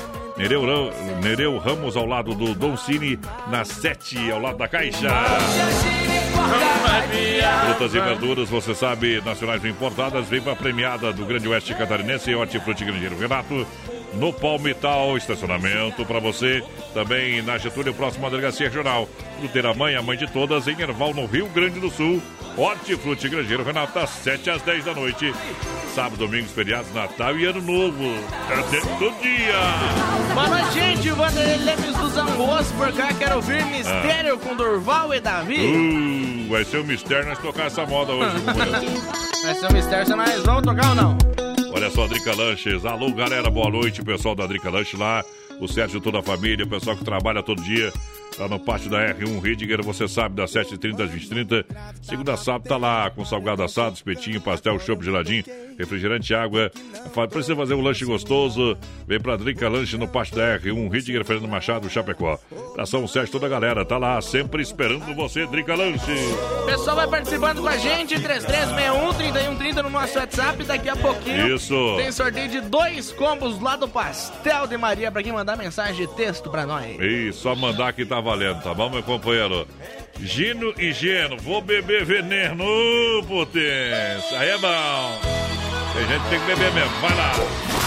Nereu Ramos, ao lado do Don Cine, na 7, ao lado da Caixa. Frutas e verduras, você sabe, nacionais importadas, vem para premiada do Grande Oeste Catarinense e Hortifruti Grangeiro Renato, no Palmital, estacionamento para você, também na Getúlio, próximo à Delegacia Regional. Fruteira Mãe, a mãe de todas, em Erval, no Rio Grande do Sul. Hortifruti Grangeiro Renato, das 7 às 10 da noite. Sábado, domingos, feriados, Natal e Ano Novo. Até todo dia. Boa noite, gente. Vanderlei Lemes dos Angos por cá. Quero ouvir Mistério com Durval e Davi. Vai ser um mistério nós tocar essa moda hoje. Vai ser um mistério se nós vamos tocar ou não? Olha só, Drica Lanches. Alô, galera, boa noite. Pessoal da Drica Lanches lá. O Sérgio e toda a família. O pessoal que trabalha todo dia lá no pátio da R1 Ridiger, você sabe, das 7h30 às 20h30. Segunda a sábado tá lá com salgado assado, espetinho, pastel, chopp geladinho, refrigerante, água. Precisa fazer um lanche gostoso? Vem pra Drica Lanche no pátio da R1 Ridiger, Fernando Machado, Chapecó. Pra São Sérgio, toda a galera tá lá sempre esperando você, Drica Lanche. O pessoal vai participando com a gente, 3361-3130 no nosso WhatsApp. Daqui a pouquinho isso, tem sorteio de 2 combos lá do Pastel de Maria pra quem mandar mensagem de texto pra nós. Isso, só mandar que tá valendo, tá bom, meu companheiro? Gino e Geno, vou beber veneno, potência. Aí é bom. Tem gente que tem que beber mesmo, vai lá.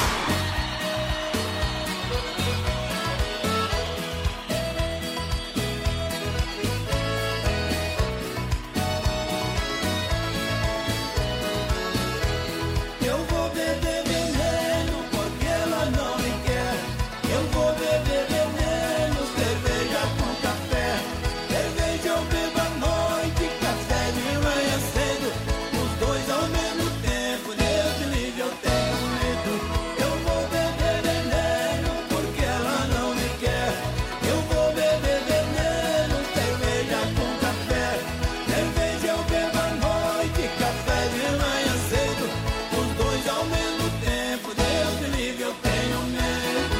Eu vou beber veneno porque ela não me quer. Eu vou beber veneno, cerveja com café. Cerveja eu bebo à noite, café de manhã cedo. Os dois ao mesmo tempo, Deus me livre, eu tenho medo. Eu vou beber veneno porque ela não me quer. Eu vou beber veneno, cerveja com café. Cerveja eu bebo à noite, café de manhã cedo. Os dois ao mesmo tempo, Deus me livre, eu tenho medo.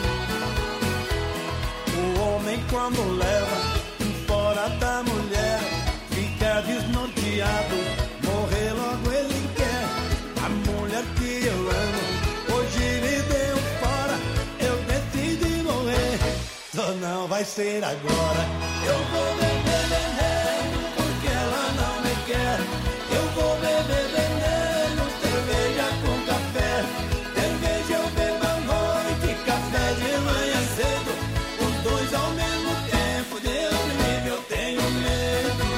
O homem quando leva fora da mulher fica desnorteado, morrer logo ele quer. A mulher que eu amo hoje me deu fora, eu decidi morrer, só não vai ser agora. Eu vou beber veneno porque ela não me quer. Eu vou beber veneno, cerveja com café. Cerveja eu bebo à noite, café de manhã cedo. Os dois ao mesmo tempo, Deus me livre, eu tenho medo.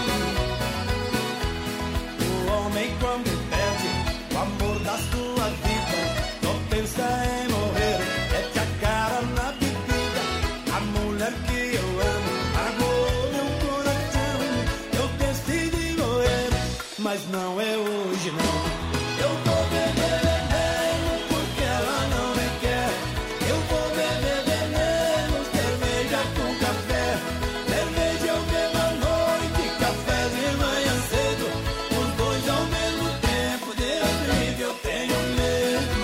O homem quando perde o amor da sua vida, só pensa em morrer, mete a cara na bebida. A mulher que eu amo magoou meu coração, eu decidi morrer, mas não é hoje não. Eu vou beber veneno porque ela não me quer. Eu vou beber veneno, cerveja com café. Cerveja eu bebo à noite, café de manhã cedo. Os dois ao mesmo tempo, Deus me livre, eu tenho medo.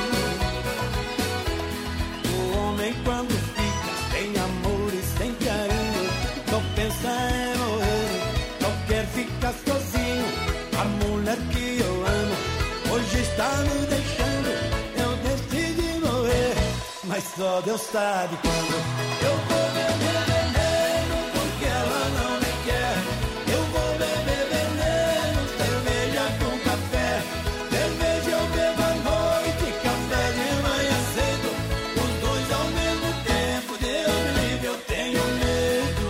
O homem quando fica sem amor e sem carinho, só pensa em morrer, só quer ficar sozinho. A mulher que eu amo hoje está me deixando, eu decidi morrer, mas só Deus sabe quando. Eu vou beber veneno porque ela não me quer. Eu vou beber veneno, cerveja com café. Cerveja eu bebo à noite, café de manhã cedo. Os dois ao mesmo tempo, Deus me livre, eu tenho medo.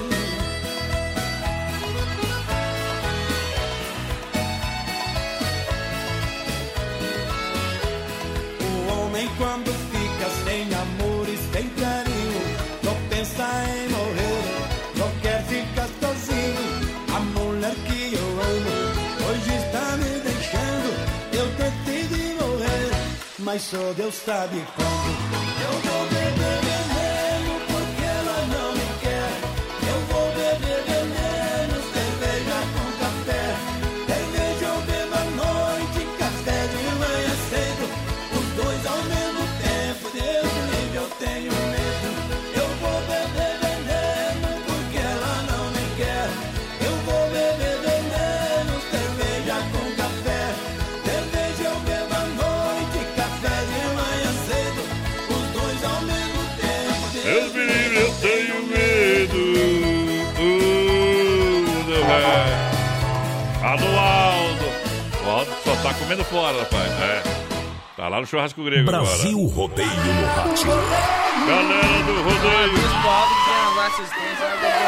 O homem quando fica sem amor e sem carinho, só pensa em morrer, só quer ficar sozinho. A mulher que eu amo hoje está me deixando, eu decidi morrer, mas só Deus sabe quando. Eu vou beber veneno porque ela não me quer. Eu vou beber veneno, cerveja com café. Cerveja eu bebo à noite, café de manhã cedo. Os dois ao mesmo tempo, Deus me livre, eu tenho medo. Eu vou beber veneno porque ela não me quer. Eu vou beber veneno, cerveja com café. Cerveja eu bebo à noite, café de manhã cedo. Os dois ao mesmo tempo, Deus me livre, eu tenho medo. Lá do Aldo. O Aldo só tá comendo fora, rapaz. Tá lá no churrasco grego Brasil agora. Rodeio no Rádio. Galera do rodeio. Diz pro Aldo que tem as assistências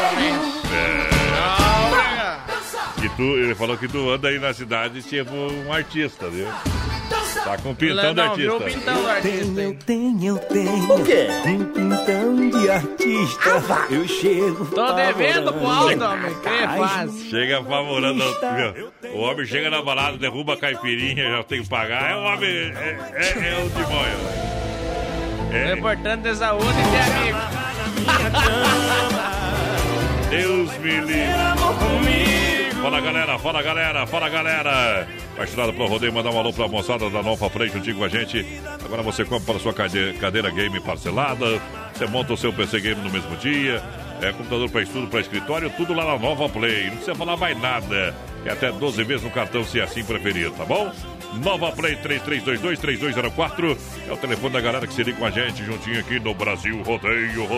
Ele falou que tu anda aí na cidade tipo um artista, viu? Tá com um pintão de artista. Viu o pintão do artista. Eu tenho. O quê? Um pintão de artista. Eu chego. Tô devendo pro Aldo, homem. Que faz? Chega favorando. O homem chega na balada, derruba a caipirinha, já tem que pagar. É o homem. É o demônio. É importante ter saúde e ter amigo. Deus me livre. Fala galera. Apaixonado pelo rodeio, mandar um alô pra moçada da Nova Play juntinho com a gente. Agora você compra para sua cadeira game parcelada. Você monta o seu PC game no mesmo dia. Computador para estudo, para escritório, tudo lá na Nova Play. Não precisa falar mais nada. É até 12 vezes no cartão, se assim preferir, tá bom? Nova Play 3322-3204. É o telefone da galera que se liga com a gente juntinho aqui no Brasil Rodeio.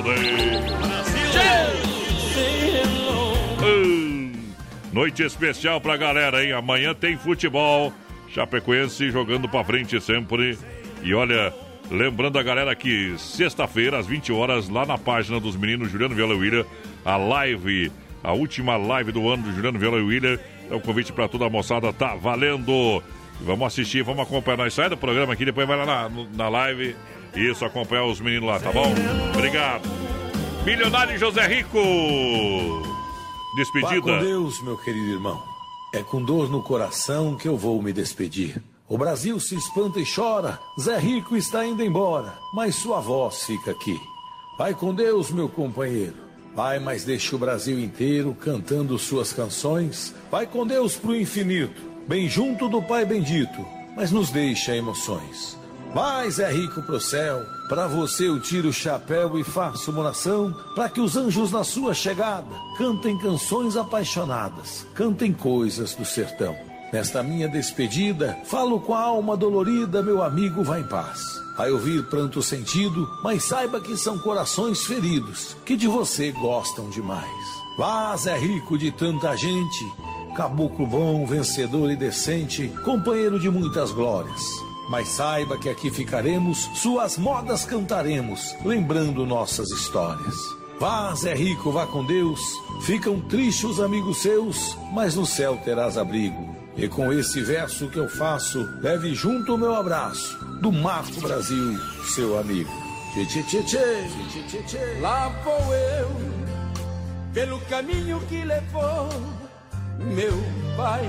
Noite especial pra galera, hein? Amanhã tem futebol. Chapecoense jogando pra frente sempre. E olha, lembrando a galera que sexta-feira, às 20 horas, lá na página dos meninos Juliano Viola e William, a última live do ano do Juliano Viola e William. Então, convite pra toda a moçada, tá valendo. Vamos assistir, vamos acompanhar. Nós sai do programa aqui, depois vai lá na live. Isso, acompanhar os meninos lá, tá bom? Obrigado. Milionário José Rico. Despedida. Vá com Deus, meu querido irmão. É com dor no coração que eu vou me despedir. O Brasil se espanta e chora. Zé Rico está indo embora, mas sua voz fica aqui. Vai com Deus, meu companheiro. Vai, mas deixa o Brasil inteiro cantando suas canções. Vai com Deus pro infinito, bem junto do Pai bendito, mas nos deixa emoções. Vai, Zé Rico, pro céu. Pra você eu tiro o chapéu e faço uma oração, pra que os anjos na sua chegada cantem canções apaixonadas, cantem coisas do sertão. Nesta minha despedida, falo com a alma dolorida, meu amigo, vai em paz. Vai ouvir pranto sentido, mas saiba que são corações feridos, que de você gostam demais. Vá, Zé Rico de tanta gente, caboclo bom, vencedor e decente, companheiro de muitas glórias. Mas saiba que aqui ficaremos, suas modas cantaremos, lembrando nossas histórias. Vá, Zé Rico, vá com Deus. Ficam tristes os amigos seus, mas no céu terás abrigo. E com esse verso que eu faço, leve junto o meu abraço, do Marco Brasil, seu amigo. Tchê, tchê, tchê, tchê, tchê, tchê, tchê. Lá vou eu, pelo caminho que levou meu pai.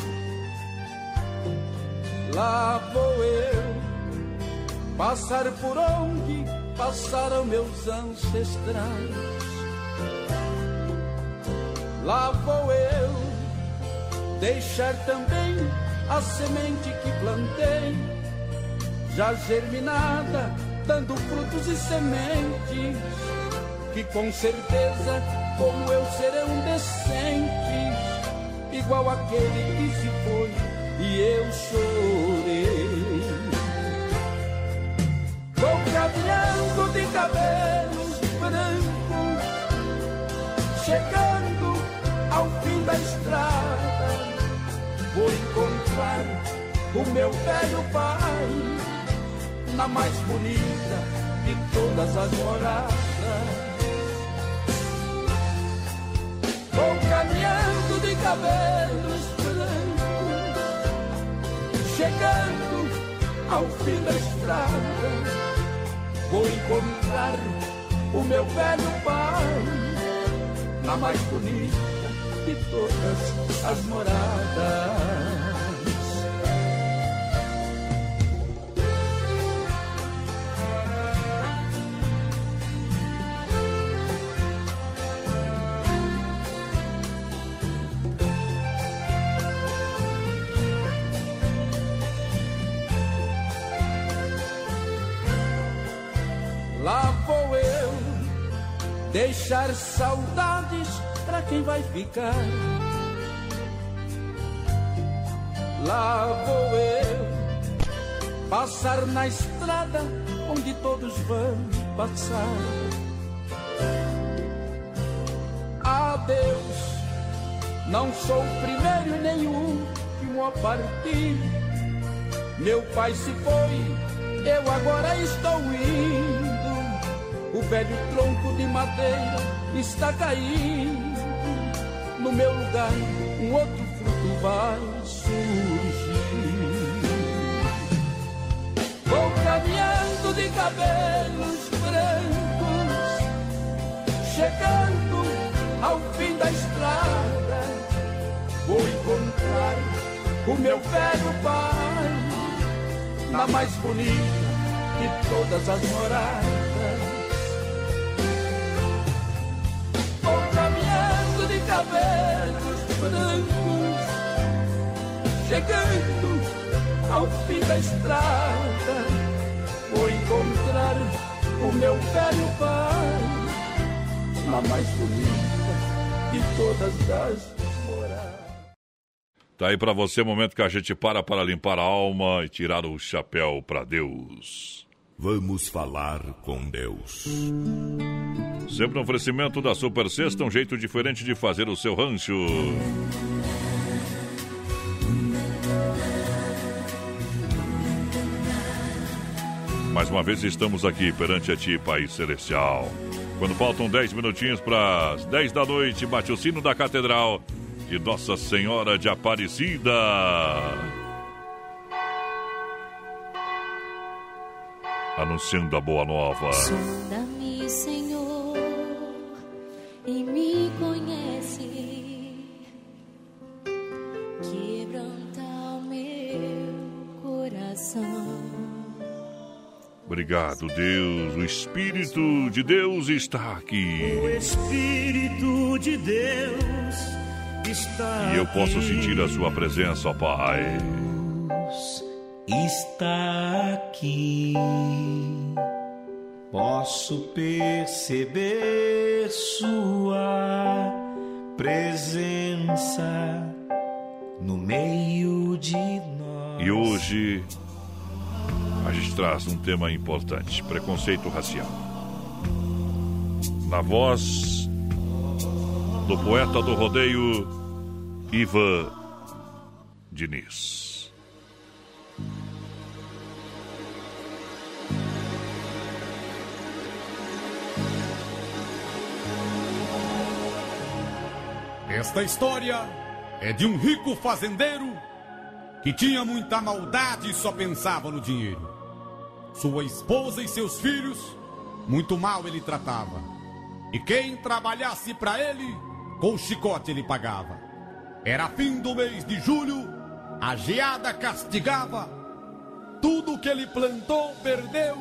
Lá vou eu, passar por onde passaram meus ancestrais. Lá vou eu, deixar também a semente que plantei, já germinada, dando frutos e sementes, que com certeza, como eu, serão decentes, igual aquele que se foi e eu chorei. Vou caminhando de cabelos brancos, chegando ao fim da estrada, vou encontrar o meu velho pai, na mais bonita de todas as moradas. Vou caminhando de cabelos chegando ao fim da estrada, vou encontrar o meu velho pai, na mais bonita de todas as moradas. Lá vou eu, deixar saudades pra quem vai ficar. Lá vou eu, passar na estrada onde todos vão passar. Adeus, Não sou o primeiro e nem o último a partir. Meu pai se foi, eu agora estou indo. O velho tronco de madeira está caindo. No meu lugar, um outro fruto vai surgir. Vou caminhando de cabelos brancos, chegando ao fim da estrada. Vou encontrar o meu velho pai, na mais bonita de todas as moradas. Vou caminhando de cabelos brancos, chegando ao fim da estrada. Vou encontrar o meu velho pai, na mais bonita de todas as moradas. Tá aí pra você o momento que a gente para limpar a alma e tirar o chapéu pra Deus. Vamos falar com Deus. Sempre no oferecimento da Super Sexta, um jeito diferente de fazer o seu rancho. Mais uma vez estamos aqui perante a Ti, Pai Celestial. Quando faltam 10 minutinhos para as 10 da noite, bate o sino da Catedral de Nossa Senhora de Aparecida. Anunciando a boa nova. Sonda-me, Senhor, e me conhece. Quebranta o meu coração. Obrigado, Deus. O Espírito de Deus está aqui. O Espírito de Deus está aqui. E eu posso sentir a sua presença, ó Pai. Está aqui. Posso perceber sua presença no meio de nós. E hoje a gente traz um tema importante: preconceito racial. Na voz do poeta do rodeio, Ivan Diniz. Esta história é de um rico fazendeiro que tinha muita maldade e só pensava no dinheiro. Sua esposa e seus filhos, muito mal ele tratava. E quem trabalhasse para ele, com chicote ele pagava. Era fim do mês de julho, a geada castigava. Tudo que ele plantou perdeu,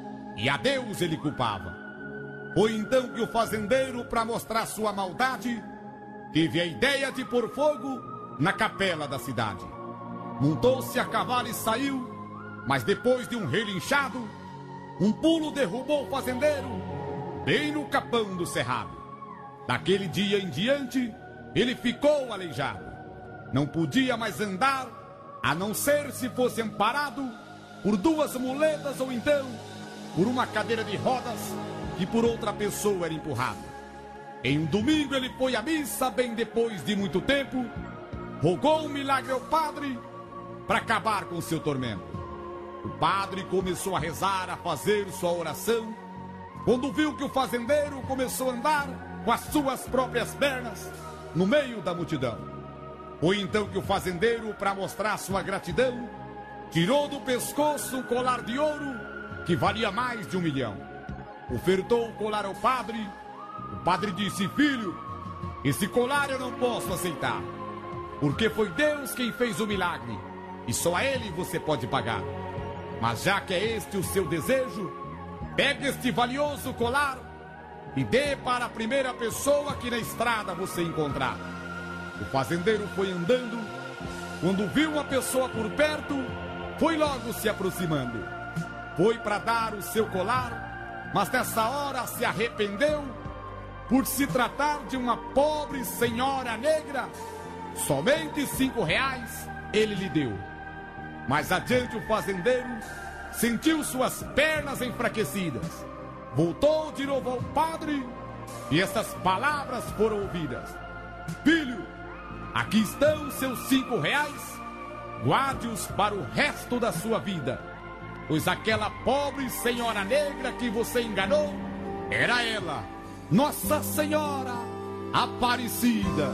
e a Deus ele culpava. Foi então que o fazendeiro, para mostrar sua maldade, teve a ideia de pôr fogo na capela da cidade. Montou-se a cavalo e saiu, mas depois de um relinchado, um pulo derrubou o fazendeiro, bem no capão do cerrado. Daquele dia em diante, ele ficou aleijado. Não podia mais andar, a não ser se fosse amparado por duas muletas ou então por uma cadeira de rodas que por outra pessoa era empurrado. Em um domingo ele foi à missa, bem depois de muito tempo, rogou um milagre ao padre para acabar com seu tormento. O padre começou a rezar, a fazer sua oração, quando viu que o fazendeiro começou a andar com as suas próprias pernas no meio da multidão. Foi então que o fazendeiro, para mostrar sua gratidão, tirou do pescoço um colar de ouro que valia mais de 1 milhão. Ofertou o colar ao padre. O padre disse: filho, esse colar eu não posso aceitar, porque foi Deus quem fez o milagre, e só a ele você pode pagar. Mas já que é este o seu desejo, pegue este valioso colar e dê para a primeira pessoa que na estrada você encontrar. O fazendeiro foi andando, quando viu uma pessoa por perto, foi logo se aproximando. Foi para dar o seu colar, mas nessa hora se arrependeu, por se tratar de uma pobre senhora negra. Somente 5 reais ele lhe deu. Mais adiante o fazendeiro sentiu suas pernas enfraquecidas. Voltou de novo ao padre e essas palavras foram ouvidas: filho, Aqui estão seus R$5. Guarde-os para o resto da sua vida. Pois aquela pobre senhora negra que você enganou era ela, Nossa Senhora Aparecida.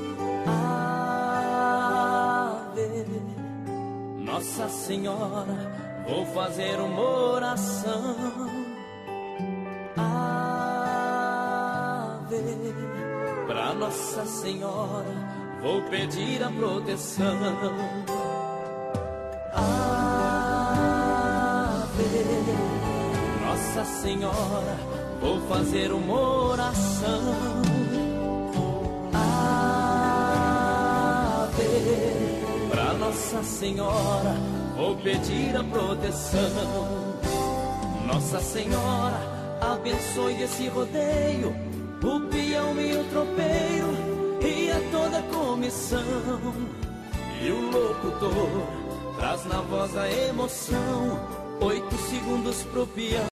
Ave, Nossa Senhora, vou fazer uma oração. Ave, pra Nossa Senhora, vou pedir a proteção. Nossa Senhora, vou fazer uma oração. Ave, pra Nossa Senhora, vou pedir a proteção. Nossa Senhora, abençoe esse rodeio, o peão e o tropeiro, e a toda a comissão. E o locutor traz na voz a emoção, 8 segundos pro peão.